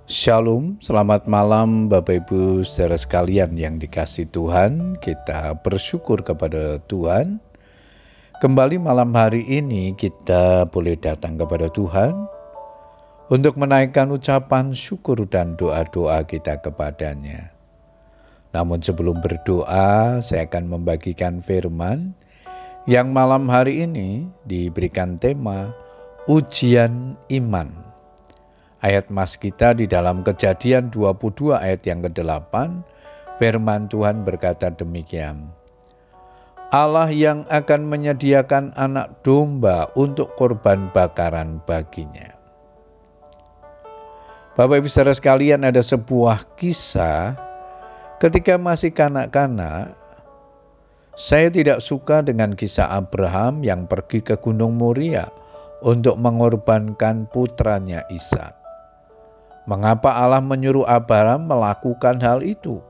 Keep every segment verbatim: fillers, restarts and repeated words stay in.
Shalom, selamat malam Bapak Ibu saudara sekalian yang dikasihi Tuhan. Kita bersyukur kepada Tuhan. Kembali malam hari ini kita boleh datang kepada Tuhan untuk menaikkan ucapan syukur dan doa-doa kita kepadanya. Namun sebelum berdoa, saya akan membagikan firman yang malam hari ini diberikan tema ujian iman. Ayat mas kita di dalam Kejadian dua puluh dua ayat yang kedelapan, firman Tuhan berkata demikian. Allah yang akan menyediakan anak domba untuk korban bakaran baginya. Bapak Ibu saudara sekalian, ada sebuah kisah ketika masih kanak-kanak. Saya tidak suka dengan kisah Abraham yang pergi ke Gunung Moria untuk mengorbankan putranya Ishak. Mengapa Allah menyuruh Abraham melakukan hal itu?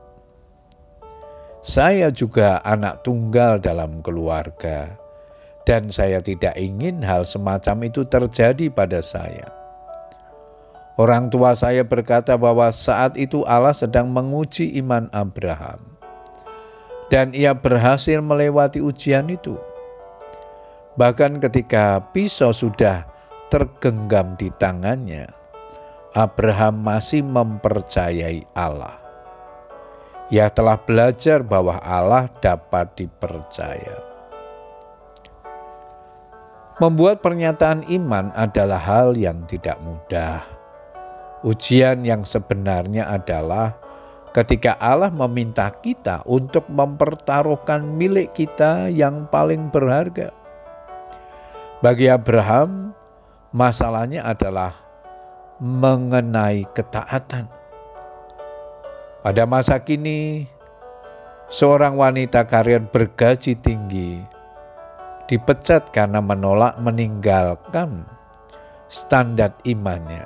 Saya juga anak tunggal dalam keluarga, dan saya tidak ingin hal semacam itu terjadi pada saya. Orang tua saya berkata bahwa saat itu Allah sedang menguji iman Abraham, dan ia berhasil melewati ujian itu. Bahkan ketika pisau sudah tergenggam di tangannya, Abraham masih mempercayai Allah. Ia telah belajar bahwa Allah dapat dipercaya. Membuat pernyataan iman adalah hal yang tidak mudah. Ujian yang sebenarnya adalah ketika Allah meminta kita untuk mempertaruhkan milik kita yang paling berharga. Bagi Abraham, masalahnya adalah mengenai ketaatan. Pada masa kini, seorang wanita karir bergaji tinggi dipecat karena menolak meninggalkan standar imannya.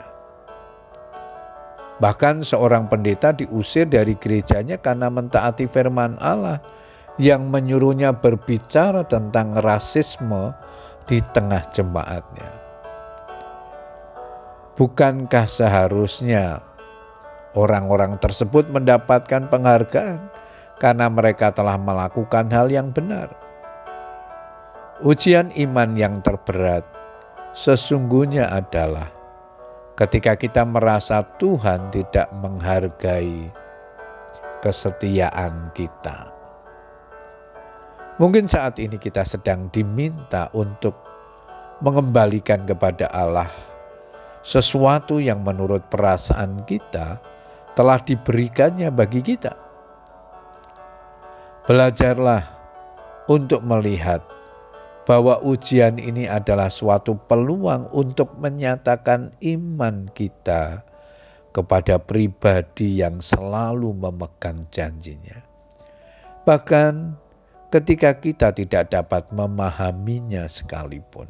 Bahkan seorang pendeta diusir dari gerejanya karena mentaati firman Allah yang menyuruhnya berbicara tentang rasisme di tengah jemaatnya. Bukankah seharusnya orang-orang tersebut mendapatkan penghargaan karena mereka telah melakukan hal yang benar? Ujian iman yang terberat sesungguhnya adalah ketika kita merasa Tuhan tidak menghargai kesetiaan kita. Mungkin saat ini kita sedang diminta untuk mengembalikan kepada Allah sesuatu yang menurut perasaan kita telah diberikannya bagi kita. Belajarlah untuk melihat bahwa ujian ini adalah suatu peluang untuk menyatakan iman kita kepada pribadi yang selalu memegang janjinya. Bahkan ketika kita tidak dapat memahaminya sekalipun.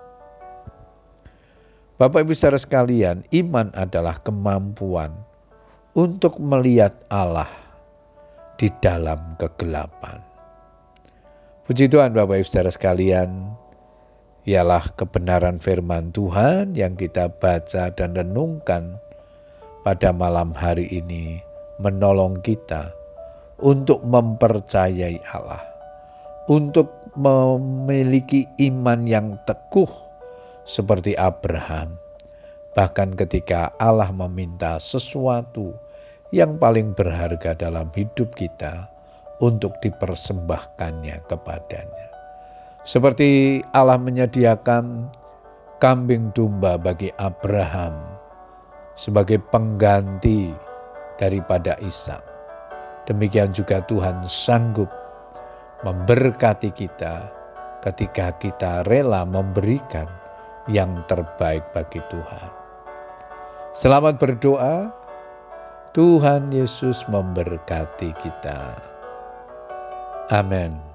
Bapak Ibu saudara sekalian, iman adalah kemampuan untuk melihat Allah di dalam kegelapan. Puji Tuhan Bapak Ibu saudara sekalian, ialah kebenaran firman Tuhan yang kita baca dan renungkan pada malam hari ini menolong kita untuk mempercayai Allah, untuk memiliki iman yang teguh seperti Abraham. Bahkan ketika Allah meminta sesuatu yang paling berharga dalam hidup kita untuk dipersembahkannya kepadanya. Seperti Allah menyediakan kambing domba bagi Abraham sebagai pengganti daripada Ishak. Demikian juga Tuhan sanggup memberkati kita ketika kita rela memberikan yang terbaik bagi Tuhan. Selamat berdoa, Tuhan Yesus memberkati kita. Amin.